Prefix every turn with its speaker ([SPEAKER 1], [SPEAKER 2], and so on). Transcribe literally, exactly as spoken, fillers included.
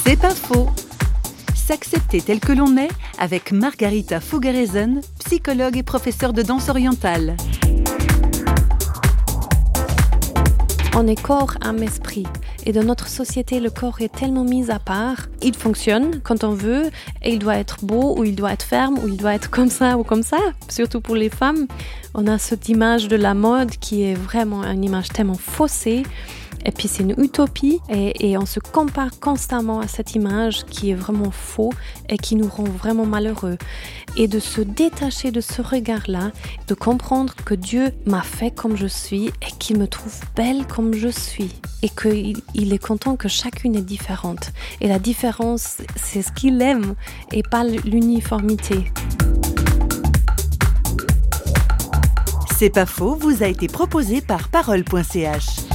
[SPEAKER 1] C'est pas faux. S'accepter tel que l'on est avec Margarita Fougaraisen, psychologue et professeure de danse orientale.
[SPEAKER 2] On est corps, âme, esprit. Et dans notre société, le corps est tellement mis à part. Il fonctionne quand on veut, et il doit être beau, ou il doit être ferme, ou il doit être comme ça ou comme ça. Surtout pour les femmes, on a cette image de la mode qui est vraiment une image tellement faussée. Et puis c'est une utopie et, et on se compare constamment à cette image qui est vraiment faux et qui nous rend vraiment malheureux. Et de se détacher de ce regard-là, de comprendre que Dieu m'a fait comme je suis et qu'il me trouve belle comme je suis. Et qu'il il est content que chacune est différente. Et la différence, c'est ce qu'il aime et pas l'uniformité.
[SPEAKER 1] C'est pas faux vous a été proposé par parole point c h.